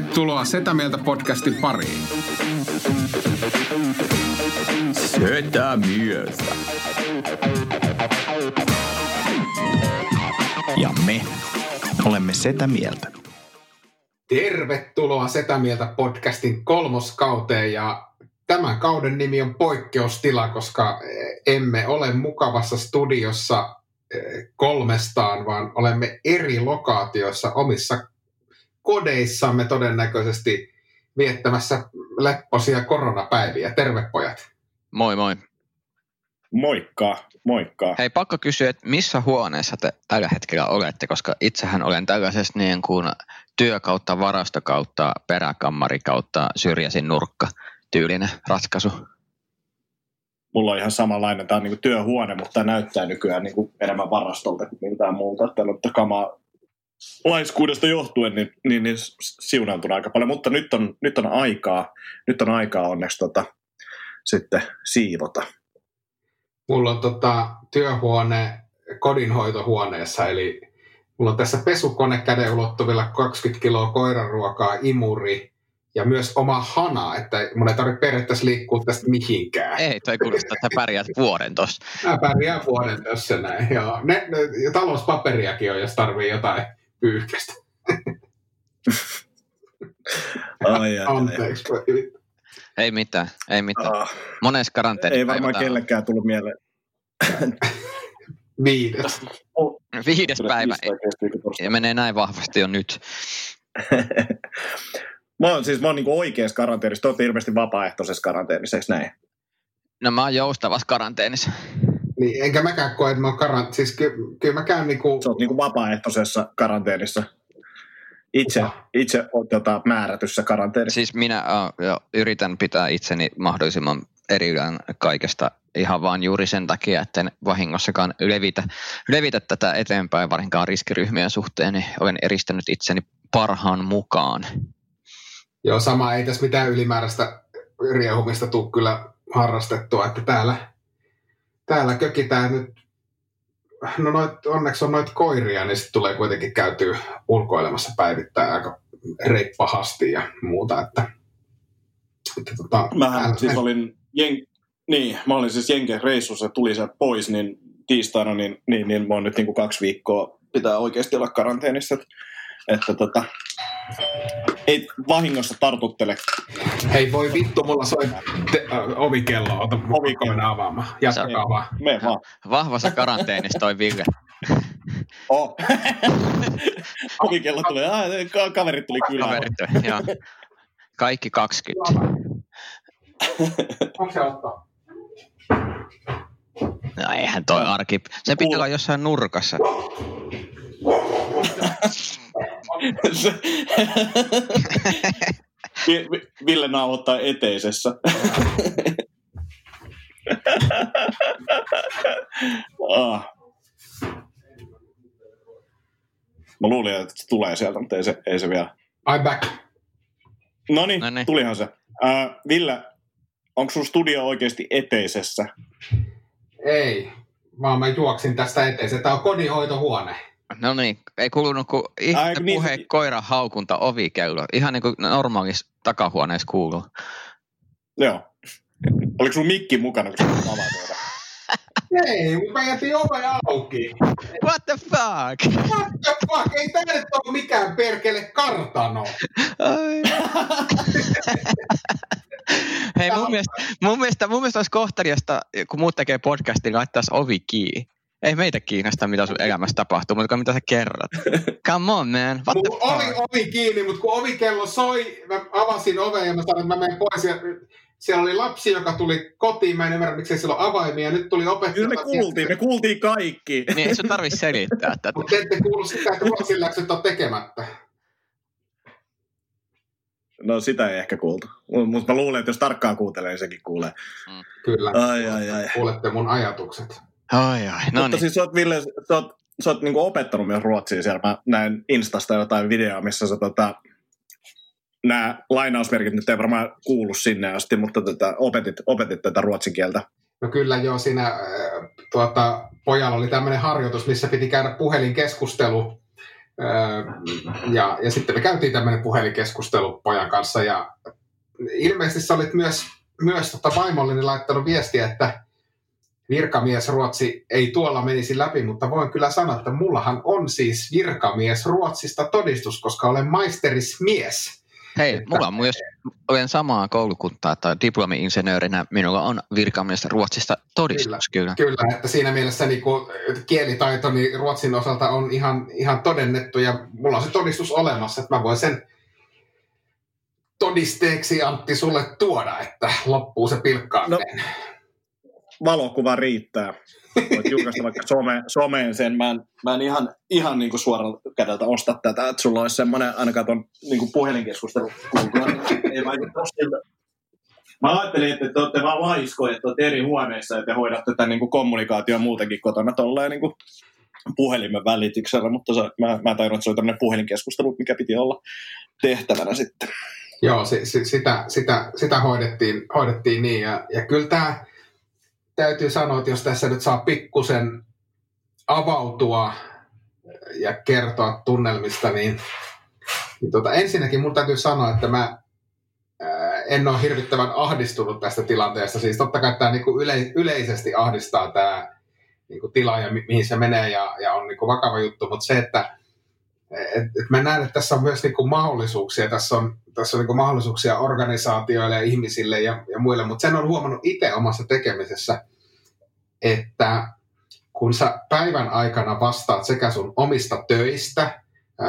Tervetuloa Setä Mieltä podcastin pariin. Setä Mieltä. Ja me olemme Setä Mieltä. Tervetuloa Setä Mieltä podcastin 3. kauteen ja tämän kauden nimi on Poikkeustila, koska emme ole mukavassa studiossa kolmestaan, vaan olemme eri lokaatioissa omissa kodeissamme todennäköisesti viettämässä lepposia koronapäiviä. Terve pojat. Moi moi. Moikka, moikka. Hei, pakko kysyä, että missä huoneessa te tällä hetkellä olette, koska itsehän olen tällaisessa niin kuin työ kautta varasto kautta peräkammari kautta syrjäisin nurkka tyylinen ratkaisu. Mulla on ihan samanlainen, tämä on niin kuin työhuone, mutta tämä näyttää nykyään niin kuin enemmän varastolta kuin miltään muulta. Täällä on kamaa laiskuudesta johtuen niin siunaantunut aika paljon, mutta nyt on aikaa onneksi sitten siivota. Mulla on työhuone kodinhoitohuoneessa, eli mulla on tässä pesukone käden ulottuvilla 20 kiloa koiranruokaa, imuri ja myös oma hana, että mun ei tarvitse periaatteessa liikkua tästä mihinkään. Ei, toi kuulostaa, että pärjäät vuoden tossa. Mä pärjään vuoden tässä näin, joo. Talouspaperiakin on, jos tarvii jotain pyyhkästä. Anteeksi. Ei mitään. Monessa karanteenissa. Ei varmaan kellekään tullut mieleen. 5. 5. päivä. Ja menee näin vahvasti jo nyt. Mä oon niin kuin oikeassa karanteenissa. Te olette ilmeisesti vapaaehtoisessa karanteenissa, eikö näin? No mä oon joustavassa karanteenissa. Niin, enkä mäkään koe, että mä oon siis kyllä mä käyn niinku... Sä oot niinku vapaaehtoisessa karanteenissa. Itse oot määrätyssä karanteenissa. Siis minä yritän pitää itseni mahdollisimman erillään kaikesta ihan vaan juuri sen takia, että en vahingossakaan levitä tätä eteenpäin, varsinkaan riskiryhmien suhteen, niin olen eristänyt itseni parhaan mukaan. Joo, sama, ei tässä mitään ylimääräistä riehumista tule kyllä harrastettua, että täällä kökitään nyt, no onneksi on noita koiria, niin sitten tulee kuitenkin käytyä ulkoilemassa päivittäin aika reippahasti ja muuta, että mä olin siis Jenken reissussa, tuli sieltä pois, niin tiistaina, niin mä oon nyt niin 2 viikkoa pitää oikeasti olla karanteenissa, että ei vahingossa tartuttele. Hei voi vittu, mulla soi ovikello, ota ovikello avaamaan, jatkakaa vaan. Mene vaan. Vahvassa karanteenissa toi Ville. Ovikello tulee, kaverit tuli kyllä. Joo. Kaikki 20. Onko se ottaa? No eihän toi arki. Se pitää olla jossain nurkassa. Ville nauhoittaa eteisessä. Mä luulin, että se tulee sieltä, mutta ei se vielä. I'm back. Noniin, tulihan se. Ville, onko sun studio oikeasti eteisessä? Ei, vaan mä juoksin tästä eteiseen. Tää on kodinhoitohuone. No niin, ei kuulunut kuin puheen koiran haukunta ovikello. Ihan niin kuin normaalissa takahuoneessa kuuluu. Joo. Oliko sun mikki mukana, kun sä avaat? Ei, mä jätin oven auki. What the fuck? What the fuck? Ei tää nyt ole mikään perkele kartano. Hei, mun mielestä olisi kohteliasta, kun muut tekee podcastin, laittaisi ovi kiinni. Ei meitä kiinnosta, mitä sun elämässä tapahtuu, mutta mitä sä kerrot. Come on, man. What the fuck? Oli ovi kiinni, mutta kun ovikello soi, mä avasin oven ja mä sanoin, että mä menen pois. Ja siellä oli lapsi, joka tuli kotiin. Mä en ymmärrä, miksei sillä ole avaimia. Nyt tuli opettaja. Kyllä me kuultiin kaikki. Niin ei sun tarvitse selittää tätä. Mutta ette kuulu sitä, että Ruotsin läksyt on tekemättä. No sitä ei ehkä kuultu. Mutta mä luulen, että jos tarkkaan kuuntelee, niin sekin kuulee. Kyllä. Ai. Kuulette mun ajatukset. Ai, no mutta siis sä oot, Ville, sä oot niinku opettanut myös ruotsia siellä. Mä näin Instasta jotain videoa, missä sä nämä lainausmerkit nyt ei varmaan kuulu sinne asti, mutta opetit tätä ruotsin kieltä. No kyllä joo, siinä pojalla oli tämmöinen harjoitus, missä piti käydä puhelinkeskustelu Ja sitten me käytiin tämmöinen puhelinkeskustelu pojan kanssa ja ilmeisesti sä olit myös vaimolleni laittanut viestiä, että virkamiesruotsi ei tuolla menisi läpi, mutta voin kyllä sanoa, että mullahan on siis virkamiesruotsista todistus, koska olen maisterismies. Hei, mulla on myös, olen samaa koulukuntaa tai diplomi-insinöörinä, minulla on virkamiesruotsista todistus kyllä. Kyllä, että siinä mielessä niin kielitaitoni ruotsin osalta on ihan todennettu ja mulla on se todistus olemassa, että mä voin sen todisteeksi Antti sulle tuoda, että loppuu se pilkkaaminen. No, valokuva riittää. Voit julkaista vaikka someen sen. Mä en ihan niin kuin suoralta kädeltä osta tätä, että sulla olisi semmoinen ainakaan tuon niin puhelinkeskustelu kuultua. Ei vaikuta siltä. Mä ajattelin, että te olette vaan laiskoja, että olette eri huoneissa ja te hoidatte tämän niin kuin kommunikaation muutenkin kotona tolleen niin kuin puhelimen välityksellä, mutta mä tajunnut, että se oli tämmöinen puhelinkeskustelu, mikä piti olla tehtävänä sitten. Joo, sitä hoidettiin niin ja kyllä tämä täytyy sanoa, että jos tässä nyt saa pikkusen avautua ja kertoa tunnelmista, niin ensinnäkin mun täytyy sanoa, että mä en ole hirvittävän ahdistunut tästä tilanteesta. Siis totta kai tämä niinku yleisesti ahdistaa tämä niinku tila ja mihin se menee ja on niinku vakava juttu, mutta se, että mä näen, että tässä on myös niinku mahdollisuuksia. Tässä on niinku mahdollisuuksia organisaatioille ja ihmisille ja muille, mutta sen on huomannut itse omassa tekemisessä, että kun sä päivän aikana vastaat sekä sun omista töistä,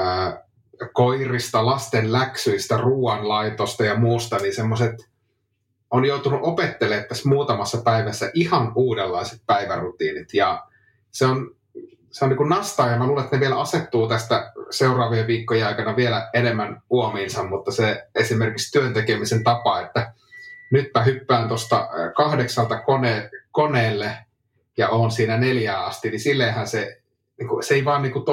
koirista, lasten läksyistä, ruoanlaitosta ja muusta, niin semmoiset on joutunut opettelemaan tässä muutamassa päivässä ihan uudenlaiset päivärutiinit. Ja se on niin kuin nastaa, ja mä luulen, että ne vielä asettuu tästä seuraavien viikkojen aikana vielä enemmän uomiinsa, mutta se esimerkiksi työntekemisen tapa, että nytpä hyppään tuosta 8 koneelle ja on siinä 4 asti, niin silleenhän se ei vaan niin kuin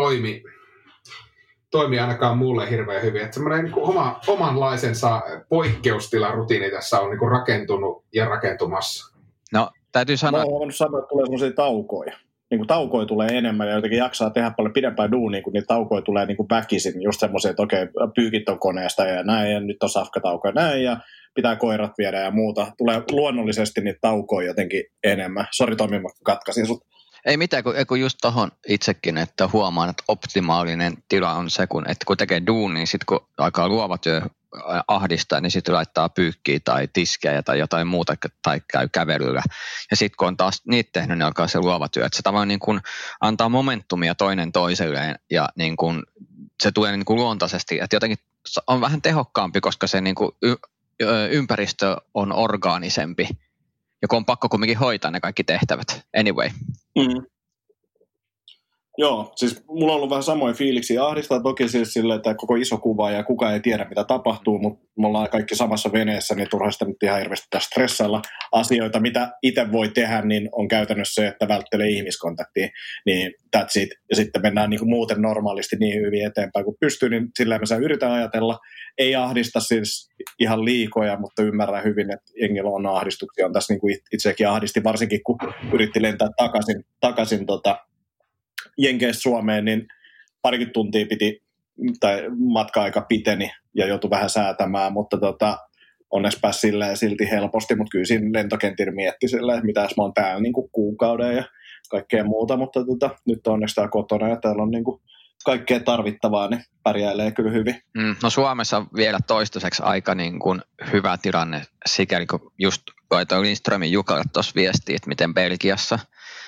toimi ainakaan mulle hirveän hyvin. Että semmoinen niin kuin omanlaisensa poikkeustilarutiini tässä on niin kuin rakentunut ja rakentumassa. No, täytyy sanoa. Mä oon voinut sanoa, että tulee semmoisia taukoja. Niin kuin taukoja tulee enemmän ja jotenkin jaksaa tehdä paljon pidempään duunia, kun niitä taukoja tulee niin kuin väkisin. Just semmoisia, että okei, pyykit on koneesta ja näin, ja nyt on safkataukoja näin, ja pitää koirat viedä ja muuta. Tulee luonnollisesti niitä taukoja jotenkin enemmän. Sori Tomi, mä katkaisin sut. Ei mitään, kun just tohon itsekin, että huomaan, että optimaalinen tila on se, kun tekee duunia, niin sitten kun alkaa luova työ ahdistaa, niin sitten laittaa pyykkiä tai tiskejä tai jotain muuta tai käy kävelyllä. Ja sitten kun on taas niitä tehnyt, niin alkaa se luova työ. Että se tavallaan niin kuin antaa momentumia toinen toiselleen ja niin kuin se tulee niin kuin luontaisesti, että jotenkin on vähän tehokkaampi, koska se niin kuin ympäristö on orgaanisempi. Ja kun on pakko kumminkin hoitaa ne kaikki tehtävät. Anyway. Mm. Joo, siis mulla on ollut vähän samoja fiiliksiä. Ahdistaa toki siis silleen, että koko iso kuva ja kukaan ei tiedä, mitä tapahtuu, mutta me ollaan kaikki samassa veneessä, niin turha sitä nyt ihan hirveästi stressailla. Asioita, mitä itse voi tehdä, niin on käytännössä se, että välttelee ihmiskontaktia. Niin that's it. Ja sitten mennään niin kuin muuten normaalisti niin hyvin eteenpäin kuin pystyy, niin silleen mä yritän ajatella. Ei ahdista siis ihan liikoja, mutta ymmärrän hyvin, että jengillä on ahdistuksia. On tässä niin kuin itsekin ahdisti, varsinkin kun yritti lentää takaisin Jenkeistä Suomeen, niin parikin tuntia tai matka-aika piteni ja joutui vähän säätämään, mutta onneksi pääsi silleen silti helposti, mutta kyllä siinä lentokentillä mietti silleen, että mitäs mä oon täällä niin kuin kuukauden ja kaikkea muuta, mutta nyt on onneksi täällä kotona ja täällä on niin kuin kaikkea tarvittavaa, niin pärjäilee kyllä hyvin. No Suomessa on vielä toistaiseksi aika niin kuin hyvä tilanne, sikäli kun just laitoin Lindströmin Jukalle tuossa viestiä, että miten Belgiassa,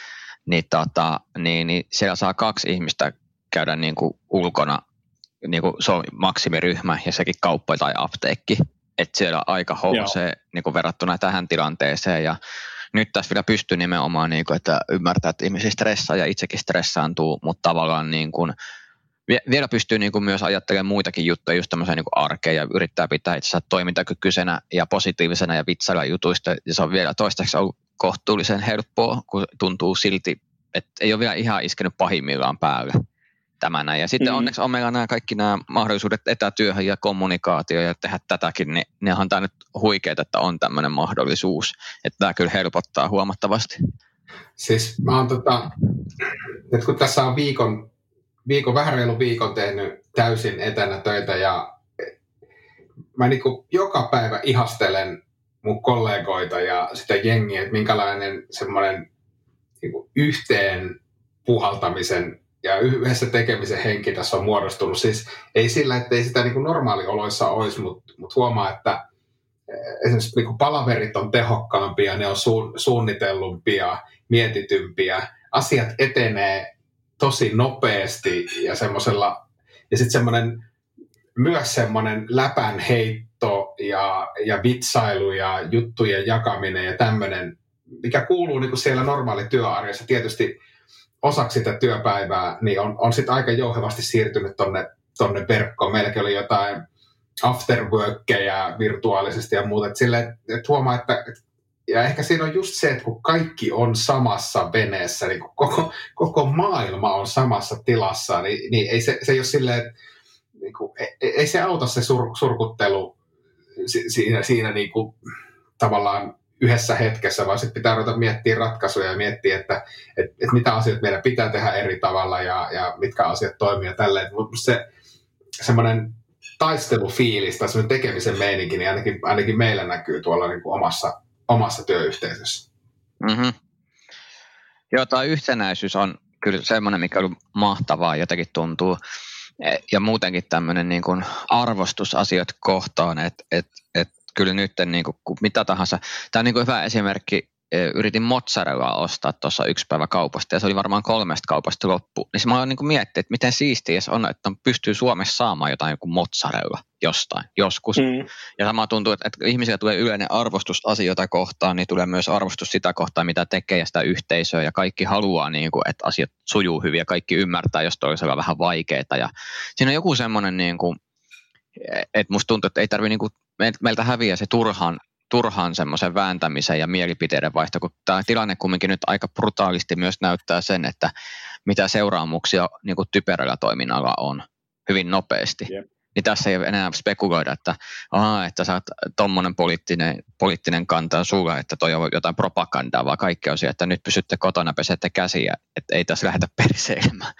niin siellä saa 2 ihmistä käydä niin kuin ulkona, niin kuin se on maksimiryhmä ja sekin kauppa tai apteekki, että siellä on aika housee niin kuin verrattuna tähän tilanteeseen ja nyt tässä vielä pystyy nimenomaan, niin kuin, että ymmärtää, että ihmisiä stressaa ja itsekin stressaantuu, mutta tavallaan niin kuin, vielä pystyy niin kuin myös ajattelemaan muitakin juttuja, just tämmöisiä niin kuin arkea ja yrittää pitää itsensä toimintakykyisenä ja positiivisena ja vitsailla jutuista. Ja se on vielä toistaiseksi ollut kohtuullisen helppoa, kun tuntuu silti, että ei ole vielä ihan iskenyt pahimmillaan päälle tämänä. Ja sitten onneksi on meillä kaikki nämä mahdollisuudet etätyöhön ja kommunikaatio ja tehdä tätäkin, niin nehän on tämä nyt huikeeta, että on tämmöinen mahdollisuus. Että tämä kyllä helpottaa huomattavasti. Siis mä oon nyt kun tässä on vähän reilu viikon tehnyt täysin etänä töitä ja mä niin kuin joka päivä ihastelen mun kollegoita ja sitä jengiä, että minkälainen semmoinen niin kuin yhteen puhaltamisen ja yhdessä tekemisen henki tässä on muodostunut. Siis ei sillä, että ei sitä niin kuin normaalioloissa olisi, mutta huomaa, että esimerkiksi niin kuin palaverit on tehokkaampia, ne on suunnitellumpia, mietitympiä. Asiat etenee tosi nopeasti ja semmoisella, ja sitten semmoinen myös semmoinen läpänheitto ja vitsailu ja juttujen jakaminen ja tämmöinen, mikä kuuluu niin kuin siellä normaali työarjessa tietysti osaksi sitä työpäivää, niin on sitten aika jouhevasti siirtynyt tonne verkkoon. Meilläkin oli jotain afterworkkeja virtuaalisesti ja muuta. Että huomaa, että ja ehkä siinä on just se, että kun kaikki on samassa veneessä, niin kun koko maailma on samassa tilassa, niin ei se ei ole silleen, että niin kuin, ei se auta se surkuttelu siinä niin kuin, tavallaan yhdessä hetkessä, vaan sitten pitää ruveta miettiä ratkaisuja ja miettiä, että mitä asioita meidän pitää tehdä eri tavalla ja mitkä asiat toimii ja tälleen. Mutta se semmoinen taistelufiilis tai semmoinen tekemisen meininki, niin ainakin meillä näkyy tuolla niin kuin omassa työyhteisössä. Mm-hmm. Joo, tämä yhtenäisyys on kyllä semmoinen, mikä on mahtavaa, jotenkin tuntuu. Ja muutenkin tämmöinen niin kuin arvostus asioita kohtaan, että kyllä nyt niin kuin mitä tahansa. Tämä on niin kuin hyvä esimerkki. Yritin mozzarellaa ostaa tuossa yksi päivä kaupasta ja se oli varmaan 3 kaupasta loppu. Niin mä oon niin kuin miettinyt, että miten siistiä se on, että pystyy Suomessa saamaan jotain kuin mozzarella jostain, joskus. Ja sama tuntuu, että ihmisillä tulee yleinen arvostus asioita kohtaan, niin tulee myös arvostus sitä kohtaan, mitä tekee ja sitä yhteisöä. Ja kaikki haluaa, niin kuin, että asiat sujuu hyvin ja kaikki ymmärtää, jos toisella vähän vaikeaa. Ja siinä on joku semmoinen, niin kuin, että musta tuntuu, että ei tarvitse, niin kuin, meiltä häviää se turhan semmoisen vääntämisen ja mielipiteiden vaihto, kun tämä tilanne kumminkin nyt aika brutaalisti myös näyttää sen, että mitä seuraamuksia niin kuin typerällä toiminnalla on hyvin nopeasti. Yep. Niin tässä ei enää spekuloida, että sä oot tommonen poliittinen kanta sulla, että toi on jotain propagandaa, vaan kaikki on siellä, että nyt pysytte kotona, pesette käsiä, että ei tässä lähdetä perseilemään.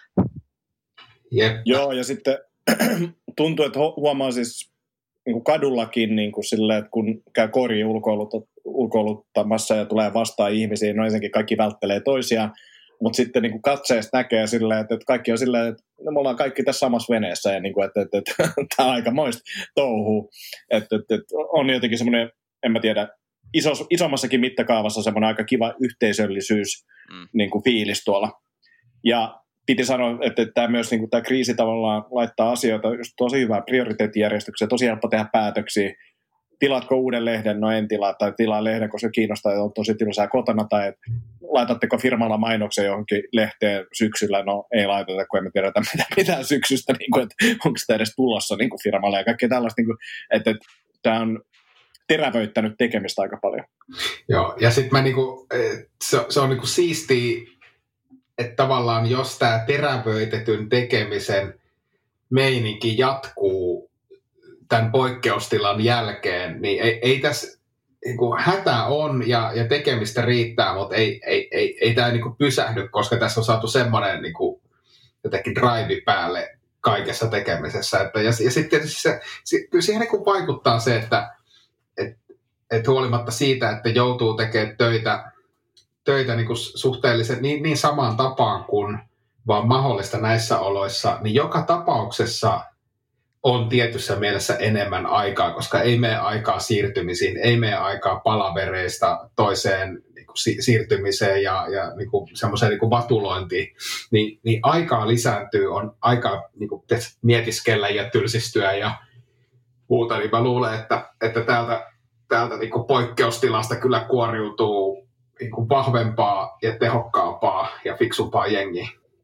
Yep. Joo, ja sitten tuntuu, että huomaa siis niin kuin kadullakin niin kuin silleen, että kun käy koriin ulkoiluttamassa ja tulee vastaan ihmisiin, no ensinnäkin kaikki välttelee toisiaan, mutta sitten niin kuin katseesta näkee silleen, että kaikki on silleen, että me ollaan kaikki tässä samassa veneessä ja niin kuin, että tämä on aikamoista touhua. Että on jotenkin semmoinen, en mä tiedä, isommassakin mittakaavassa semmoinen aika kiva yhteisöllisyys niin kuin fiilis tuolla. Ja piti sanoa, että tämä myös niin kuin tämä kriisi tavallaan laittaa asioita just tosi hyvää prioriteettijärjestykseen, tosi helppo tehdä päätöksiä. Tilaatko uuden lehden? No en tilaa, tai tilaa lehden, koska kiinnostaa, että on tosi tylsää kotona, tai että laitatteko firmalla mainoksen johonkin lehteen syksyllä? No ei laiteta, kun emme tiedetä mitään syksystä, niin kuin, että onko sitä edes tulossa niin kuin firmalle ja kaikkea tällaista, niin kuin, että tämä on terävöittänyt tekemistä aika paljon. Joo, ja sitten mä niinku, se on niinku siistiä, että tavallaan jos tämä terävöitetyn tekemisen meininki jatkuu tämän poikkeustilan jälkeen, niin ei tässä niin kuin hätä on ja tekemistä riittää, mutta ei tämä niin kuin pysähdy, koska tässä on saatu semmoinen niin kuin jotenkin drive päälle kaikessa tekemisessä. Ja sitten tietysti kyllä siihen niin kuin vaikuttaa se, että huolimatta siitä, että joutuu tekemään töitä niin kuin suhteellisen niin samaan tapaan kuin vaan mahdollista näissä oloissa, niin joka tapauksessa on tietyssä mielessä enemmän aikaa, koska ei mene aikaa siirtymisiin, ei mene aikaa palavereista toiseen niin kuin siirtymiseen ja niin kuin semmoiseen niin kuin vatulointiin, niin aikaa lisääntyy, on aikaa niin kuin mietiskellä ja tylsistyä ja muuta, niin mä luulen, että täältä niin kuin poikkeustilasta kyllä kuoriutuu niin kuin vahvempaa ja tehokkaampaa ja fiksumpaa jengiä.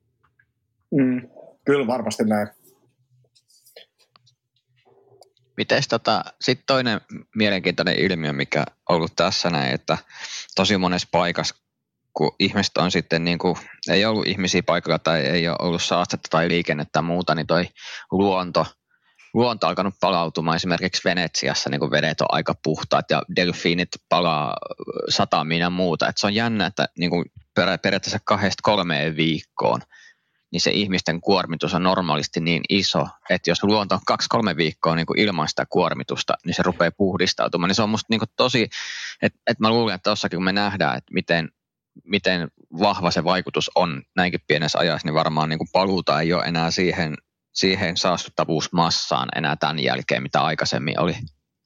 Kyllä varmasti näin. Mites sitten toinen mielenkiintoinen ilmiö, mikä on ollut tässä näin, että tosi monessa paikassa, kun ihmiset on sitten niin kuin, ei ollut ihmisiä paikalla tai ei ole ollut saastetta tai liikennettä tai muuta, niin toi luonto on alkanut palautumaan. Esimerkiksi Venetsiassa niin kuin vedet on aika puhtaat ja delfiinit palaa satamiin ja muuta. Et se on jännä, että niin kuin periaatteessa 2-3 viikkoon niin se ihmisten kuormitus on normaalisti niin iso, että jos luonto on 2-3 viikkoa niin kuin ilman sitä kuormitusta, niin se rupeaa puhdistautumaan. Niin se on musta niin kuin tosi, että mä luulen, että tossakin kun me nähdään, että miten vahva se vaikutus on näinkin pienessä ajassa, niin varmaan niin kuin paluuta ei ole enää siihen saastuttavuusmassaan enää tämän jälkeen, mitä aikaisemmin oli.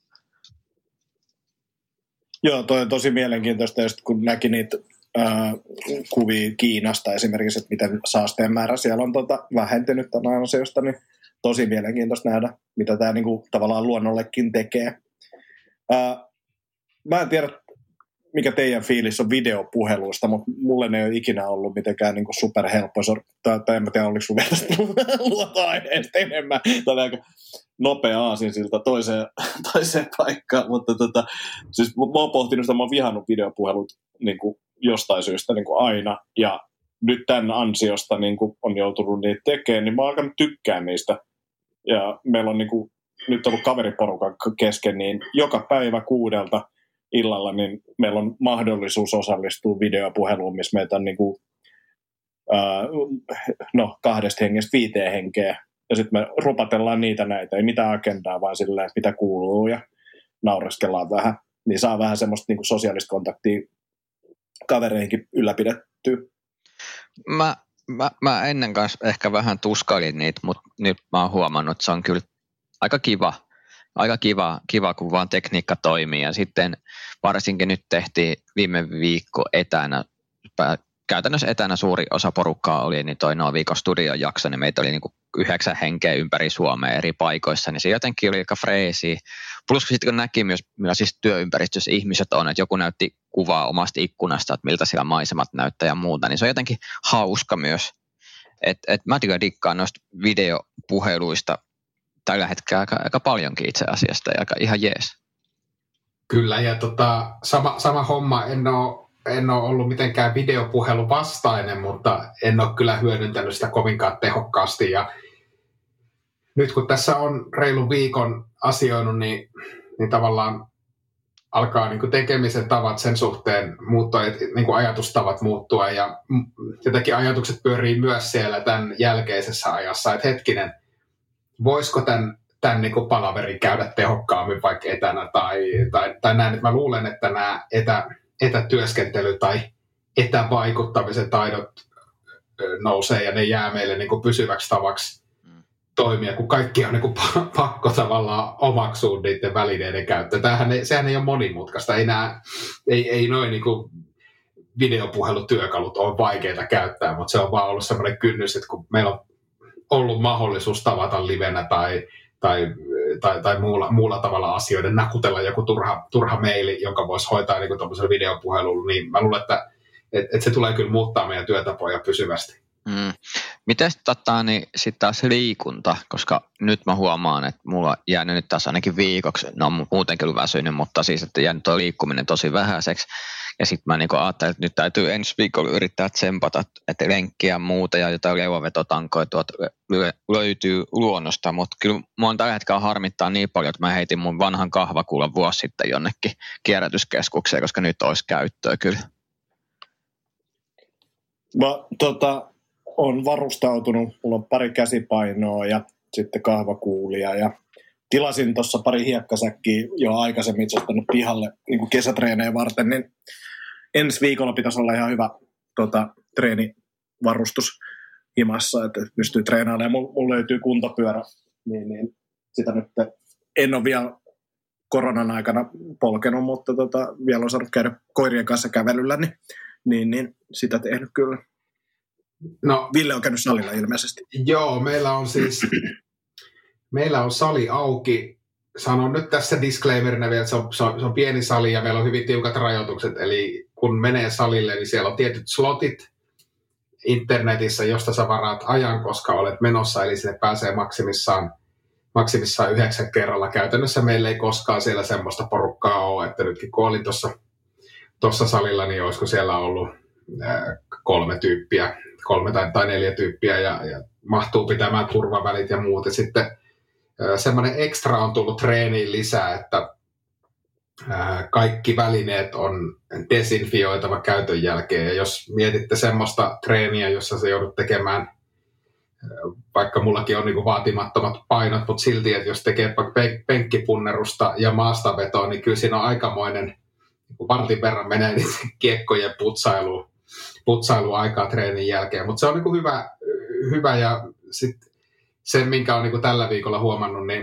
Joo, toi on tosi mielenkiintoista, just kun näki niitä kuvia Kiinasta esimerkiksi, että miten saasteen määrä siellä on vähentynyt tämän asioista, niin tosi mielenkiintoista nähdä, mitä tämä niinku tavallaan luonnollekin tekee. Mä en tiedä, mikä teidän fiilis on videopuheluista, mutta mulle ne ei ole ikinä ollut mitenkään niinku superhelppo. Tai en mä tiedä, oliko sulla tästä luontoaiheesta enemmän. Tämä on aika nopea aasin siltä toiseen paikkaan, mutta siis mä oon pohtinut sitä, mä oon vihannut videopuhelut niinku jostain syystä niinku aina, ja nyt tämän ansiosta niinku on joutunut niitä tekemään, niin mä oon alkanut tykkää niistä. Ja meillä on niinku, nyt ollut kaveriporukan kesken, niin joka päivä 6 illalla, niin meillä on mahdollisuus osallistua videopuheluun, missä meitä on niinku, 2 hengestä 5 henkeä. Ja sitten me rupatellaan näitä, ei mitään agendaa, vaan silleen, mitä kuuluu, ja naureskellaan vähän. Niin saa vähän semmoista niinku sosiaalista kontaktia kavereihinkin ylläpidettyä. Mä ennen kanssa ehkä vähän tuskailin niitä, mutta nyt mä oon huomannut, että se on kyllä aika kiva, kun vaan tekniikka toimii. Ja sitten varsinkin nyt tehtiin viime viikko etänä, käytännössä etänä suuri osa porukkaa oli, niin toi viikon studion jakso, niin meitä oli niinku 9 henkeä ympäri Suomea eri paikoissa, niin se jotenkin oli aika freesiä. Plus sitten kun näki myös, millaisissa työympäristössä ihmiset on, että joku näytti kuvaa omasta ikkunasta, että miltä siellä maisemat näyttää ja muuta, niin se on jotenkin hauska myös. Et mä dikkaan noista videopuheluista tällä hetkellä aika paljonkin itse asiassa, ja ihan jees. Kyllä, ja sama homma, en ole ollut mitenkään videopuhelun vastainen, mutta en ole kyllä hyödyntänyt sitä kovinkaan tehokkaasti. Ja nyt kun tässä on reilun viikon asioinut, niin tavallaan alkaa niin kuin tekemisen tavat sen suhteen muuttua, niin kuin ajatustavat muuttua. Ja jotenkin ajatukset pyörii myös siellä tämän jälkeisessä ajassa, että hetkinen, voisiko tämän niin kuin palaverin käydä tehokkaammin vaikka etänä tai näin. Että mä luulen, että nämä etätyöskentely tai etävaikuttamisen taidot nousee ja ne jää meille niin kuin pysyväksi tavaksi toimia, kun kaikki on niin kuin pakko tavallaan omaksua niiden välineiden käyttö. Sehän ei ole monimutkaista. Ei noin niin kuin videopuhelutyökalut ole vaikeita käyttää, mutta se on vaan ollut sellainen kynnys, että kun meillä on ollut mahdollisuus tavata livenä tai muulla tavalla asioiden, nakutella joku turha maili, jonka voisi hoitaa niin tuollaisella videopuhelulla, niin mä luulen, että se tulee kyllä muuttaa meidän työtapoja pysyvästi. Miten niin sitten taas liikunta, koska nyt mä huomaan, että mulla on jäänyt nyt taas ainakin viikoksi, no muutenkin ollut väsynyt, mutta siis, että jäänyt tuo liikkuminen tosi vähäiseksi. Ja sitten mä niin ajattelin, että nyt täytyy ensi viikolla yrittää tsempata, että lenkkiä ja muuta ja jotain leuvavetotankoja tuolta löytyy luonnosta, mutta kyllä mua on tällä hetkellä harmittaa niin paljon, että mä heitin mun vanhan kahvakuulan vuosi sitten jonnekin kierrätyskeskukseen, koska nyt olisi käyttöä kyllä. Mä on varustautunut, mulla on pari käsipainoa ja sitten kahvakuulia ja tilasin tuossa pari hiekkasäkkiä jo aikaisemmin itse asiassa pihalle niin kesätreenejä varten, niin ensi viikolla pitäisi olla ihan hyvä treenivarustus himassa, että pystyy treenaamaan. Ja mulla löytyy kuntopyörä, niin sitä nyt en ole vielä koronan aikana polkenut, mutta vielä on saanut käydä koirien kanssa kävelyllä, niin sitä tehnyt kyllä. No, Ville on käynyt salilla ilmeisesti. Joo, meillä on sali auki. Sanon nyt tässä disclaimerina vielä, että se on pieni sali ja meillä on hyvin tiukat rajoitukset. Eli kun menee salille, niin siellä on tietyt slotit internetissä, josta sä varaat ajan, koska olet menossa. Eli sinne pääsee maksimissaan 9 kerralla. Käytännössä meillä ei koskaan siellä semmoista porukkaa ole. Että nytkin kun olin tuossa salilla, niin olisiko siellä ollut 3 tai 4 tyyppiä ja mahtuu pitämään turvavälit ja muut. Ja sitten semmoinen ekstra on tullut treeniin lisää, että kaikki välineet on desinfioitava käytön jälkeen. Ja jos mietitte semmoista treeniä, jossa se joudut tekemään vaikka mullakin on niin kuin vaatimattomat painot, mutta silti, että jos tekee penkkipunnerusta ja maastavetoa, niin kyllä siinä on aikamoinen niin vartin verran menee niitä kiekkojen putsailu aikaa treenin jälkeen. Mutta se on niin kuin hyvä ja sitten se, minkä on niin kuin tällä viikolla huomannut, niin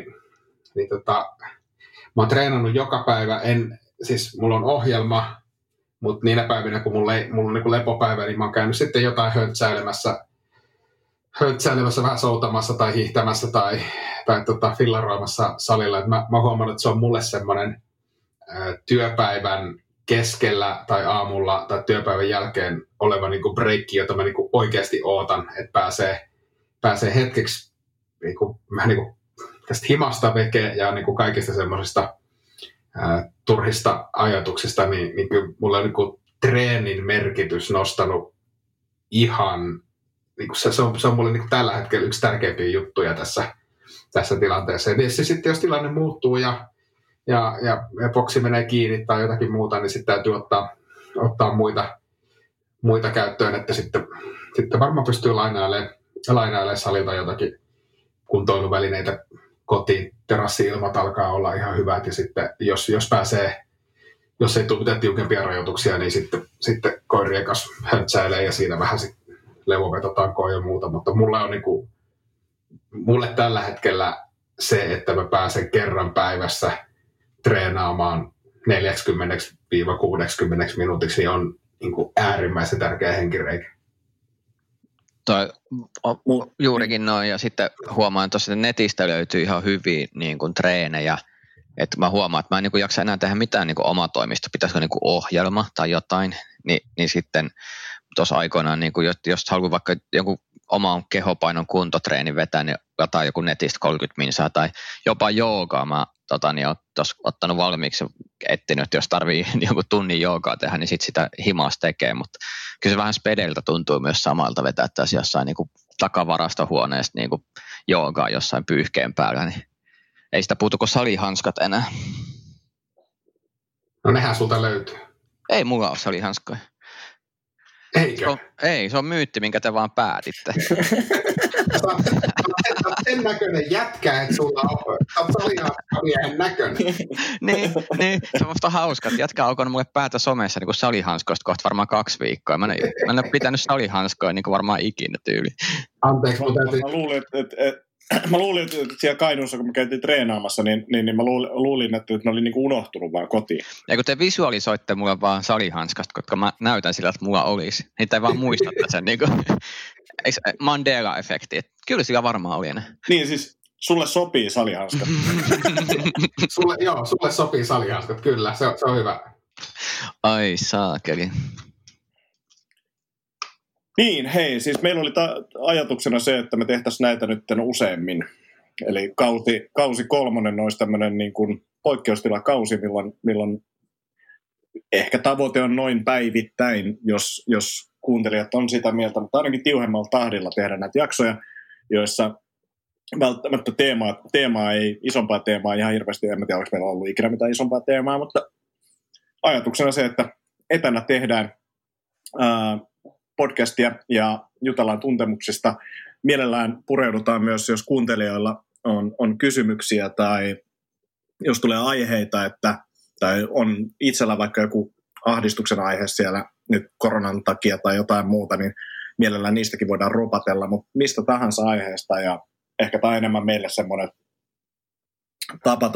mä oon treenannut joka päivä. Siis mulla on ohjelma, mutta niinä päivinä, kun mulla on niin kuin lepopäivä, niin mä oon käynyt sitten jotain höntsäilemässä vähän soutamassa tai hiihtämässä tai fillaroimassa salilla. Et mä oon huomannut, että se on mulle semmoinen työpäivän keskellä tai aamulla tai työpäivän jälkeen oleva niin kuin breikki, jota mä niin kuin oikeasti ootan, että pääsee hetkeksi niin kuin, vähän niin kuin tästä himasta veke ja niin kuin kaikista semmoisista turhista ajatuksista, niin kyllä mulla on niin kuin treenin merkitys nostanut ihan, niin kuin se on mulle niin kuin tällä hetkellä yksi tärkeimpiä juttuja tässä tilanteessa. Ja sitten jos tilanne muuttuu ja boksi menee kiinni tai jotakin muuta, niin sitten täytyy ottaa muita käyttöön, että sitten varmaan pystyy lainailemaan salilta jotakin kuntoiluvälineitä kotiin. Terassi-ilmat alkaa olla ihan hyvät ja sitten jos ei tule mitään tiukempia rajoituksia, niin sitten koirien kanssa höntsäilee ja siinä vähän sitten levovetotankoon ja muuta, mutta mulle tällä hetkellä se, että mä pääsen kerran päivässä treenaamaan 40-60 minuutiksi, niin on niin kuin äärimmäisen tärkeä henkireikä. Juurikin noin, ja sitten huomaan tuossa, että netistä löytyy ihan hyviä niin kuin treenejä, että mä huomaan, että mä en niin kuin jaksa enää tehdä mitään niin kuin omatoimista, pitäisikö niin kuin ohjelma tai jotain, niin sitten tuossa aikoinaan, niin kuin jos haluan vaikka joku oman kehopainon kuntotreeni vetää, niin lataa joku netistä 30 minsaa tai jopa joogaa. Mä niin tuossa ottanut valmiiksi etsinyt, että jos tarvii joku tunnin joogaa tehdä, niin sitten sitä himas tekee, mutta kyllä se vähän spedeltä tuntuu myös samalta vetää tässä jossain niin kuin takavarastohuoneesta niin kuin joogaa jossain pyyhkeen päällä, niin ei sitä puutu kuin salihanskat enää. No nehän sulta löytyy. Ei mulla ole salihanskoja. Eikö? Ei, se on myytti, minkä te vaan päätitte. Sen näköinen jätkä, että sulla on salihanskamiehen näköinen. niin, se on musta hauska, että jätkä alkoi mulle päätä somessa niin salihanskoista kohta varmaan 2 viikkoa. Mä en ole pitänyt salihanskoja niin varmaan ikinä tyyli. Anteeksi, mutta mä luulin, että siellä Kainuussa, kun me käytiin treenaamassa, niin mä luulin, että ne oli niinku unohtunut vaan kotiin. Ja kun te visualisoitte mulle vaan salihanskasta, koska mä näytän sillä, että mulla olisi, niin te vaan muistatte sen niinku Mandela-efekti. Kyllä sillä varmaan oli enää. Niin siis sulle sopii salihanskat. Sulle sopii salihanskat, kyllä, se on hyvä. Ai saakeli. Niin, hei, siis meillä oli ajatuksena se, että me tehtäisiin näitä nyt useammin. Eli kausi 3 olisi tämmöinen niin kuin poikkeustilakausi, milloin ehkä tavoite on noin päivittäin, jos kuuntelijat on sitä mieltä, mutta ainakin tiuhemmalla tahdilla tehdä näitä jaksoja, joissa välttämättä isompaa teemaa ihan hirveästi, en tiedä, onko meillä ollut ikinä mitään isompaa teemaa, mutta ajatuksena se, että etänä tehdään podcastia ja jutellaan tuntemuksista. Mielellään pureudutaan myös, jos kuuntelijoilla on kysymyksiä tai jos tulee aiheita, tai on itsellä vaikka joku ahdistuksen aihe siellä nyt koronan takia tai jotain muuta, niin mielellään niistäkin voidaan ropatella, mutta mistä tahansa aiheesta ja ehkä tämä enemmän meille semmoinen tapa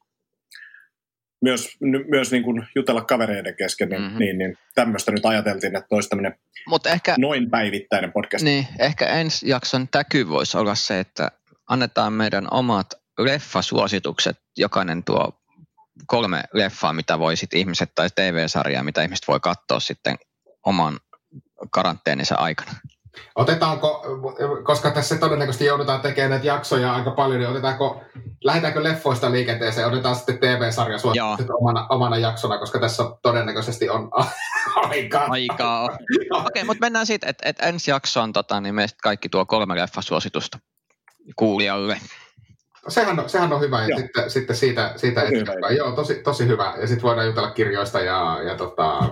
myös niin kuin jutella kavereiden kesken, niin tämmöistä nyt ajateltiin, että olisi tämmöinen noin päivittäinen podcast. Niin, ehkä ensi jakson täky voisi olla se, että annetaan meidän omat leffasuositukset, jokainen tuo 3 leffaa, mitä voi sitten ihmiset, tai TV-sarjaa, mitä ihmiset voi katsoa sitten oman karanteeninsa aikana. Otetaanko, koska tässä todennäköisesti joudutaan tekemään näitä jaksoja aika paljon, niin lähdetäänkö leffoista liikenteeseen, otetaan sitten TV-sarja suositukset omana jaksona, koska tässä todennäköisesti on aikaa. Okei, mutta mennään siitä, että ensi jaksoon niin meistä kaikki tuo 3 leffasuositusta kuulijalle. Sehän on hyvä, ja sitten siitä eteenpäin. Joo, tosi hyvä. Ja sitten voidaan jutella kirjoista ja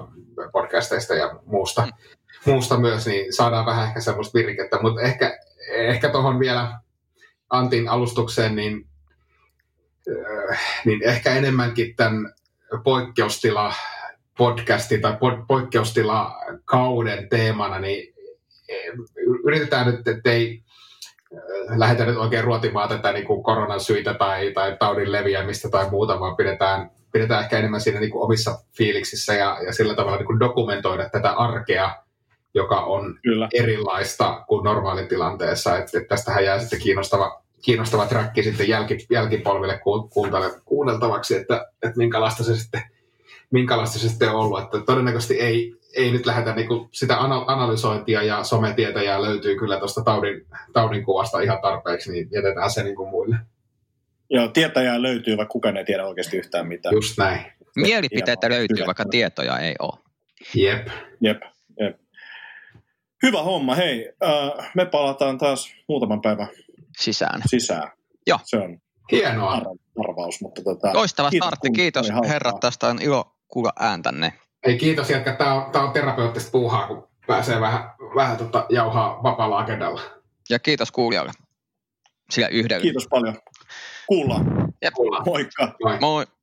podcasteista ja muusta myös, niin saadaan vähän ehkä semmoista virkettä. Mutta ehkä tuohon vielä Antin alustukseen, niin ehkä enemmänkin tämän poikkeustila-podcastin tai poikkeustila-kauden teemana, niin yritetään nyt, ettei lähdetä nyt oikein ruotimaan tätä niin kuin koronan syitä tai taudin leviämistä tai muuta, vaan pidetään ehkä enemmän siinä niin kuin omissa fiiliksissä ja sillä tavalla niin kuin dokumentoida tätä arkea, joka on erilaista kuin normaalitilanteessa. Että tästähän jää sitten kiinnostava träkki sitten jälkipolville kuunneltavaksi, että minkälaista se sitten on ollut. Että todennäköisesti ei nyt lähdetä niinku sitä analysointia ja sometietäjää löytyy kyllä tuosta taudin kuvasta ihan tarpeeksi, niin jätetään se niinku muille. Joo, tietäjää löytyy, vaikka kukaan ei tiedä oikeasti yhtään mitään. Just näin. Mielipiteitä löytyy, vaikka tietoja ei ole. Jep. Hyvä homma, hei. Me palataan taas muutaman päivän Sisään. Joo. Se on hienoa arvaus, mutta loistava startti. Kiitos herrat, tästä on ilo kuulla ääntänne. Ei kiitos jätkä, tää on terapeuttista puuhaa, kun pääsee vähän jauhaa vapaalla agendalla. Ja kiitos kuulijalle. Sillä yhdellä. Kiitos paljon. Kuullaan. Jep. Moikka. Moi.